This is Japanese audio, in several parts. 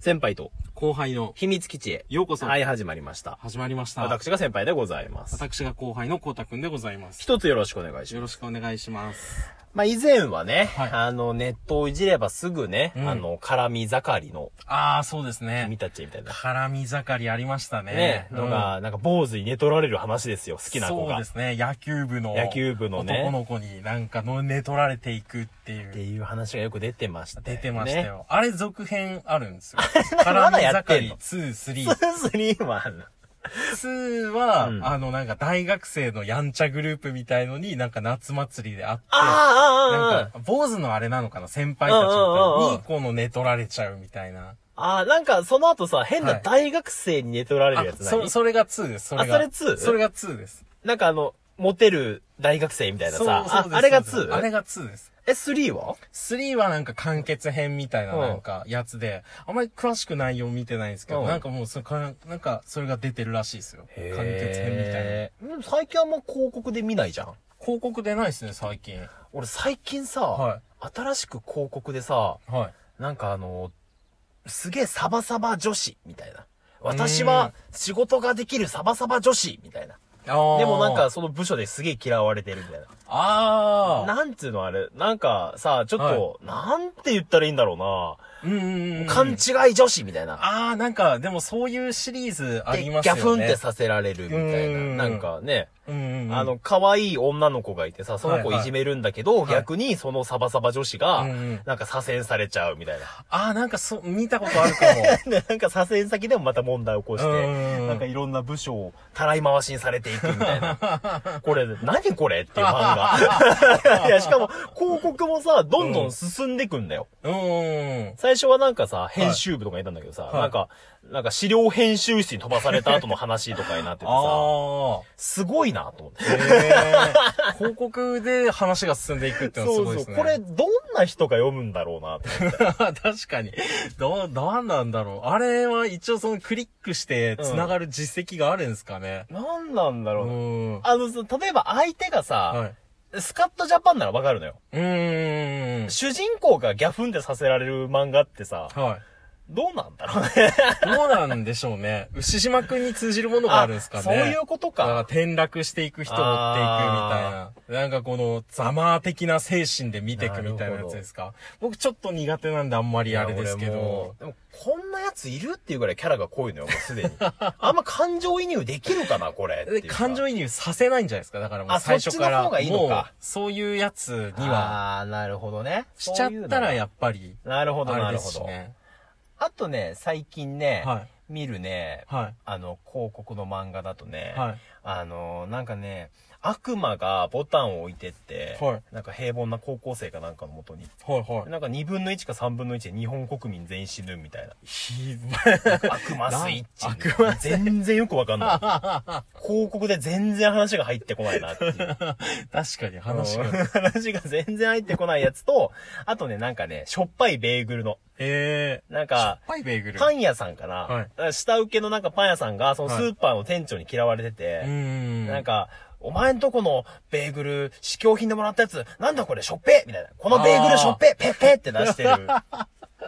先輩と後輩の秘密基地へようこそ。 はい、始まりました。 始まりました。 私が先輩でございます。 私が後輩のこうたくんでございます。 一つよろしくお願いします。 よろしくお願いします。 以前はね、 はいネットをいじればすぐね、絡み盛りの、 そうですね。 君たちみたいな。 絡み盛りありましたね。 ね、のが、なんか坊主に寝取られる話ですよ、好きな子が。 そうですね。野球部のね。 男の子になんか寝取られていくっていう。 話がよく出てましたね。 出てましたよ。あれ続編あるんですよ。 まだやってんの？ 2、3。 3もあるの。 2は、なんか大学生のやんちゃグループみたいのになんか夏祭りで会って、なんか坊主のあれなのかな、先輩たちみたいにこの寝取られちゃうみたいな。 なんかその後さ、変な大学生に寝取られるやつない？ それが2です。それ 2？ それが2です。 なんかモテる大学生みたいなさ、あれが 2？ あれが2です。 3は ?3 はなんか完結編みたいななんかやつで、あんまり詳しく内容見てないんですけど、なんかもうなんかそれが出てるらしいですよ。完結編みたいな。 最近あんま広告で見ないじゃん。 広告出ないですね、最近。 俺最近さ、新しく広告でさ、なんかすげえサバサバ女子みたいな。私は仕事ができるサバサバ女子みたいな。でもなんかその部署ですげえ嫌われてるみたいな。なんつうのあれ、なんかさ、ちょっと、なんて言ったらいいんだろうな。勘違い女子みたいな。 なんか、でもそういうシリーズありますよね。 ギャフンってさせられるみたいな。なんかね、可愛い女の子がいてさ、その子いじめるんだけど、逆にそのサバサバ女子が、なんか左遷されちゃうみたいな。 なんか見たことあるかも。 なんか左遷先でもまた問題を起こして、なんかいろんな部署をたらい回しにされていくみたいな。これ、何これっていう漫画。いや、しかも広告もさ、どんどん進んでくんだよ。最初はなんかさ、編集部とかいたんだけどさ、なんか資料編集室に飛ばされた後の話とかになっててさ、すごいなと思って。 広告で話が進んでいくってのはすごいですね。 これどんな人が読むんだろうなと思って。 確かに。なんなんだろう。あれは一応そのクリックして繋がる実績があるんですかね。 なんなんだろう。例えば相手がさ、スカットジャパンならわかるのよ。主人公がギャフンでさせられる漫画ってさ、どうなんだろうね。 どうなんでしょうね。牛島くんに通じるものがあるんですかね。 そういうことか。 だから転落していく人を追っていくみたいな。なんかこのザマー的な精神で見ていくみたいなやつですか。僕ちょっと苦手なんであんまりあれですけど。 でもこんなやついるっていうぐらいキャラが濃いのよ、もうすでに。あんま感情移入できるかな、これ。 感情移入させないんじゃないですか。だからもう最初から。 そっちの方がいいのか。 そういうやつには。 なるほどね。 しちゃったらやっぱり。 なるほど、なるほど。 ね。 あとね、最近ね、見るね、広告の漫画だとね、なんかね、悪魔がボタンを置いてって、なんか平凡な高校生かなんかのもとに、なんか2分の1か3分の1で日本国民全員死ぬみたいな。悪魔スイッチ。全然よくわかんない。広告で全然話が入ってこないなっていう。確かに話が全然入ってこないやつと、あとね、なんかね、しょっぱいベーグルの。なんか、 しょっぱいベーグル。 パン屋さんかな、下請けのなんかパン屋さんが、そのスーパーの店長に嫌われてて、なんか、お前んとこのベーグル、試供品でもらったやつ、なんだこれしょっぺみたいな。このベーグルしょっぺペッペって出してる。なんか、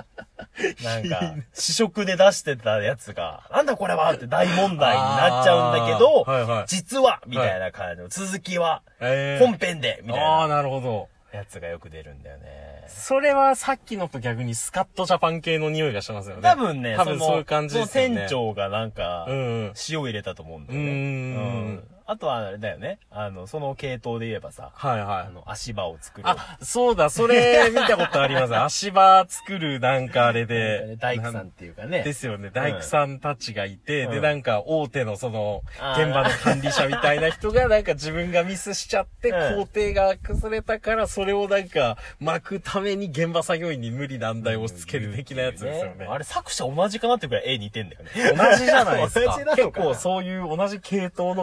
試食で出してたやつが、なんだこれはって大問題になっちゃうんだけど、実はみたいな感じの続きは、本編でみたいな。 なるほど。 やつがよく出るんだよね。 それはさっきのと逆にスカットジャパン系の匂いがしますよね。 多分そういう感じですよね。 店長がなんか、塩入れたと思うんだよね。あとはあれだよね。その系統で言えばさ。足場を作る。 そうだ、それ見たことあります。足場作るなんかあれで。 大工さんっていうかね。 ですよね。大工さんたちがいて、で、なんか大手のその、現場の管理者みたいな人がなんか自分がミスしちゃって、工程が崩れたから、それをなんか巻くために現場作業員に無理難題をつける的なやつですよね。 あれ作者同じかなってくらい絵似てんだよね。 同じじゃないですか。結構そういう同じ系統の描くみ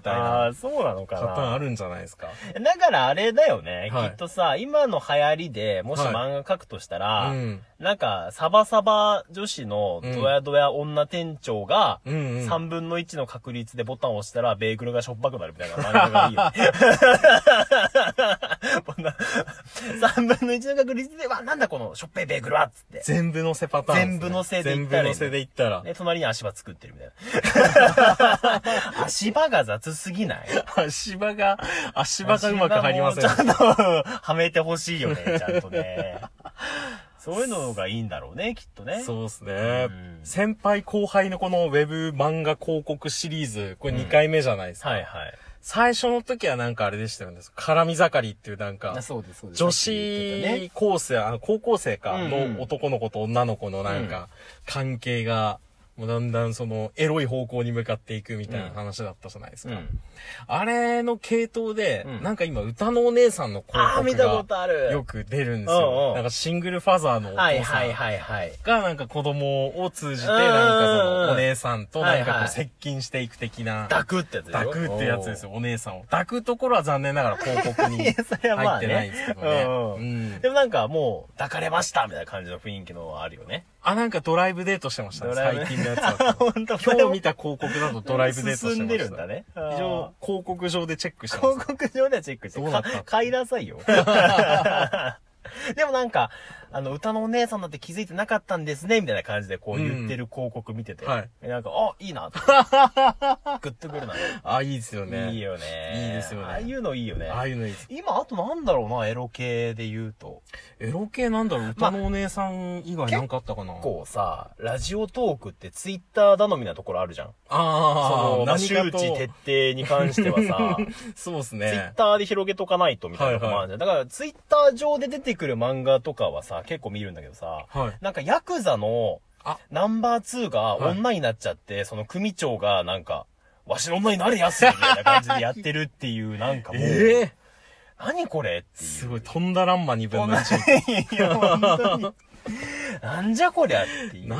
たいな。 あ、そうなのかな。 パターンあるんじゃないですか。 だからあれだよね。きっとさ、今の流行りで、もし漫画描くとしたら、なんか、サバサバ女子のドヤドヤ女店長が、3分の1の確率でボタンを押したら、ベーグルがしょっぱくなるみたいな漫画がいいよね。3分の1の確率で、なんだこのしょっぺいベーグルはっつって。 全部乗せパターン、 全部乗せでいったら。 全部乗せでいったら。 で、隣に足場作ってるみたいな。足場が雑すぎない？ 足場がうまく入りません。 ちゃんとはめてほしいよね、ちゃんとね。そういうのがいいんだろうね、きっとね。 そうですね。先輩後輩のこのウェブ漫画広告シリーズ、これ2回目じゃないですか。 はいはい。 最初の時はなんかあれでしたよね。絡み盛りっていうなんか、女子高生、高校生かの男の子と女の子のなんか、関係が、もうだんだんそのエロい方向に向かっていくみたいな話だったじゃないですか。あれの系統で、なんか今歌のお姉さんの広告がよく出るんですよ。なんかシングルファザーのお父さんがなんか子供を通じてなんかそのお姉さんとなんかこう接近していく的な。 抱くってやつですよ。 抱くってやつですよ、お姉さんを。抱くところは残念ながら広告に入ってないんですけどね。 でもなんかもう抱かれましたみたいな感じの雰囲気のあるよね。 なんかドライブデートしてましたね、最近のやつは。今日見た広告だとドライブデートしてました。 進んでるんだね。 一応、広告上でチェックしてます。 広告上ではチェックして。買いなさいよ。でもなんか、歌のお姉さんだって気づいてなかったんですね、みたいな感じでこう言ってる広告見てて。なんか、いいなと。グッとくるな。 いいですよね。 いいよね。 いいですよね。 ああいうのいいよね。 ああいうのいいです。 今、あとなんだろうな、エロ系で言うと。 エロ系なんだろう、歌のお姉さん以外なんかあったかな。 結構さ、ラジオトークってツイッター頼みなところあるじゃん。周知徹底に関してはさ、 そうですね。 ツイッターで広げとかないとみたいなとこもあるじゃん。だからツイッター上で出てくる漫画とかはさ、結構見るんだけどさ、なんかヤクザのナンバー2が女になっちゃって、その組長がなんか、わしの女になれやすいみたいな感じでやってるっていう、なんかもう、何これっていう。 すごい、とんだらんま2分の1。 いや、本当に。なんじゃこりゃっていう。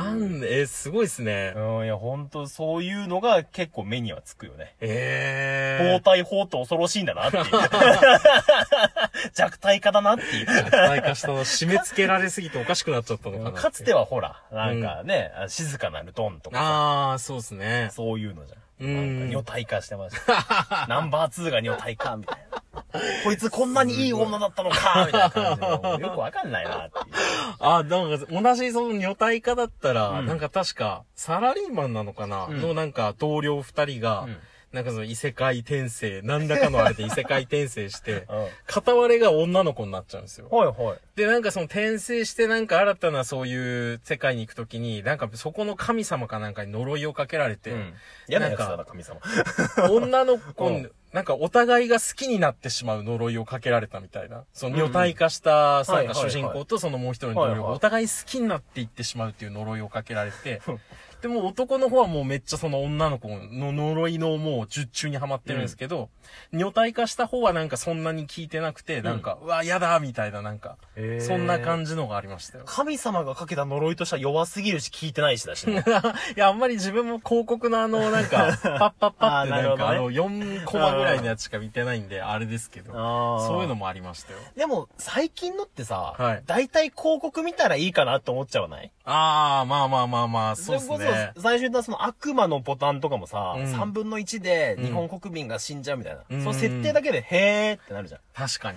すごいっすね。 いや、ほんとそういうのが結構目にはつくよね。 包帯法って恐ろしいんだなっていう。弱体化だなっていう。 弱体化したの締め付けられすぎておかしくなっちゃったのかな。 かつてはほら、なんかね、静かなるドンとか。 そうっすね。 そういうのじゃん。なんか女体化してました。ナンバー2が女体化みたいな。こいつこんなにいい女だったのかみたいな感じの。よくわかんないなっていう。 なんか同じその女体化だったら、なんか確かサラリーマンなのかな、のなんか同僚2人が、なんかその異世界転生、何らかのあれで異世界転生して、片割れが女の子になっちゃうんですよ。で、なんかその転生してなんか新たなそういう世界に行くときに、なんかそこの神様かなんかに呪いをかけられて、 嫌なやつだな、神様。 女の子に、なんかお互いが好きになってしまう呪いをかけられたみたいな。その女体化したなんか主人公とそのもう一人の同僚がお互い好きになっていってしまうっていう呪いをかけられて、でも男の方はもうめっちゃその女の子の呪いのもう術中にはまってるんですけど、女体化した方はなんかそんなに効いてなくて、なんか、うわ、やだみたいななんか、そんな感じのがありましたよ。 神様がかけた呪いとしては弱すぎるし効いてないしだしね。 いや、あんまり自分も広告のなんか、パッパッパってなんか4コマぐらいのやつしか見てないんで、あれですけど、そういうのもありましたよ。 でも、最近のってさ、大体広告見たらいいかなって思っちゃわない？ まあ、そうですね。 最初にその悪魔のボタンとかもさ、3分の1で日本国民が死んじゃうみたいな。その設定だけで、へーってなるじゃん。 確かに。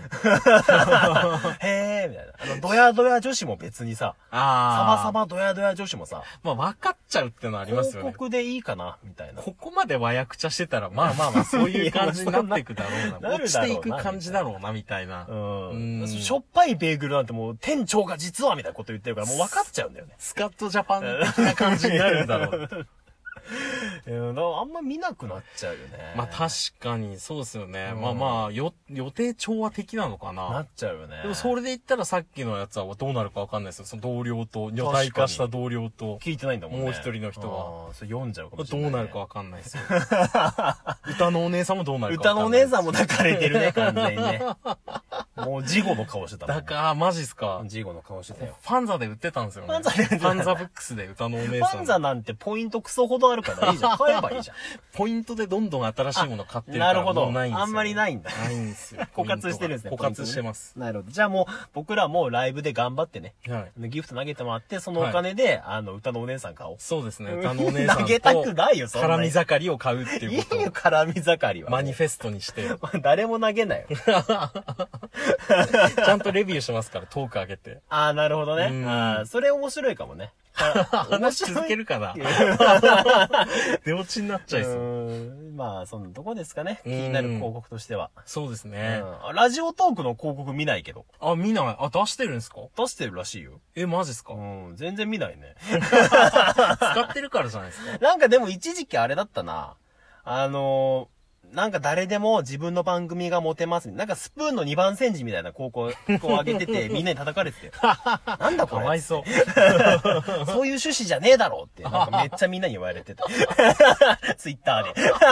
へーみたいな。ドヤドヤ女子も別にさ、サバサバドヤドヤ女子もさ、 分かっちゃうってのありますよね。 広告でいいかなみたいな。 ここまで和訳茶してたら、まあ、そういう感じになっていくだろうな。落ちていく感じだろうな、みたいな。 しょっぱいベーグルなんてもう、店長が実はみたいなこと言ってるから、もう分かっちゃうんだよね。 スカットジャパン的な感じになるんだろう。 あんま見なくなっちゃうよね。 まあ確かにそうですよね。予定調和的なのかな。 なっちゃうよね。 でもそれで言ったらさっきのやつはどうなるかわかんないですよ。その同僚と、女体化した同僚と。 聞いてないんだもんね。 もう一人の人は。 それ読んじゃうかもしれない。 どうなるかわかんないですよ。歌のお姉さんもどうなるかわかんない。 歌のお姉さんも抱かれてるね、完全にね。もう事後の顔してたもん。 マジっすか。 事後の顔してたよ。 ファンザで売ってたんですよね。ファンザブックスで歌のお姉さん。 ファンザなんてポイントクソほどあるからいいじゃん。 買えばいいじゃん。 ポイントでどんどん新しいもの買ってるから。 なるほど。 ないんですよ。 あんまりないんだ。 ないんですよ。 枯渇してるんですね。 枯渇してます。 なるほど。じゃあもう、僕らもライブで頑張ってね。はい。ギフト投げてもらって、そのお金で、歌のお姉さん買おう。 そうですね。歌のお姉さんと。 投げたくないよ、そんな。 絡み盛りを買うっていうこと。 いいよ、絡み盛りは。 マニフェストにして。 誰も投げないよ。 ちゃんとレビューしますから、トーク上げて。 ああ、なるほどね。それ面白いかもね。 話続けるかな出落ちになっちゃいそう。 まあ、そんなとこですかね。気になる広告としては。 そうですね。 ラジオトークの広告見ないけど。 あ、見ない。あ、出してるんですか？ 出してるらしいよ。 マジっすか？ 全然見ないね。 使ってるからじゃないですか。 なんかでも一時期あれだったな。なんか誰でも自分の番組が持てます。なんかスプーンの2番煎じみたいな広告を上げてて、みんなに叩かれてて。なんだこれ。 かわいそう。 そういう趣旨じゃねえだろって、なんかめっちゃみんなに言われてた。ツイッター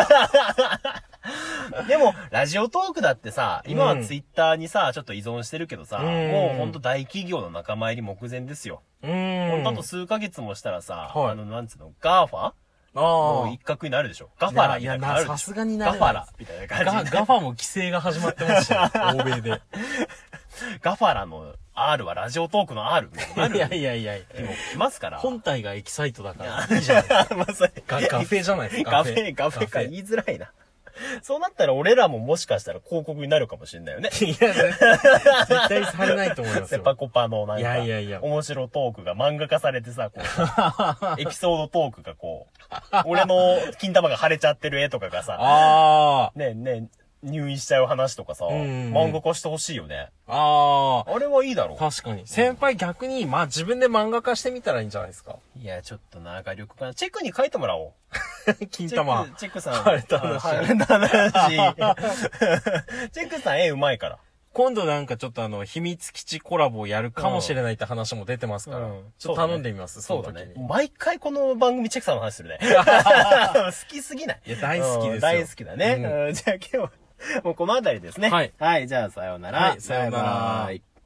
で。でも、ラジオトークだってさ、今はツイッターにさ、ちょっと依存してるけどさ、もうほんと大企業の仲間入り目前ですよ。ほんとあと数ヶ月もしたらさ、なんつうの、ガーファもう一角になるでしょ。ガファラみたいなのあるでしょ。 さすがになる。 ガファラみたいな感じ。 ガファも規制が始まってましたよ。欧米で。 ガファラの R はラジオトークの R みたいになる。 いや。 でも来ますから。 本体がエキサイトだから。いいじゃないですか。まさに。ガフェじゃないですか。 ガフェか言いづらいな。そうなったら俺らももしかしたら広告になるかもしれないよね。 いや、絶対されないと思いますよ。 セパコパのなんか、 いや面白トークが漫画化されてさ、こう、エピソードトークがこう、俺の金玉が腫れちゃってる絵とかがさ、ね入院しちゃう話とかさ、漫画化してほしいよね。あれはいいだろう。 確かに。先輩逆に、まあ自分で漫画化してみたらいいんじゃないですか。 いや、ちょっとな、画力かな。チェックに書いてもらおう。金玉。 チェックさん。 晴れた話。 チェックさん絵うまいから。 今度なんかちょっと秘密基地コラボをやるかもしれないって話も出てますから、ちょっと頼んでみます、 そうだね。毎回この番組チェックさんの話するね。好きすぎない？ いや、大好きですよ。 大好きだね。じゃあ今日は、もうこのあたりですね。はい。はい、じゃあさようなら。 はい、さようなら。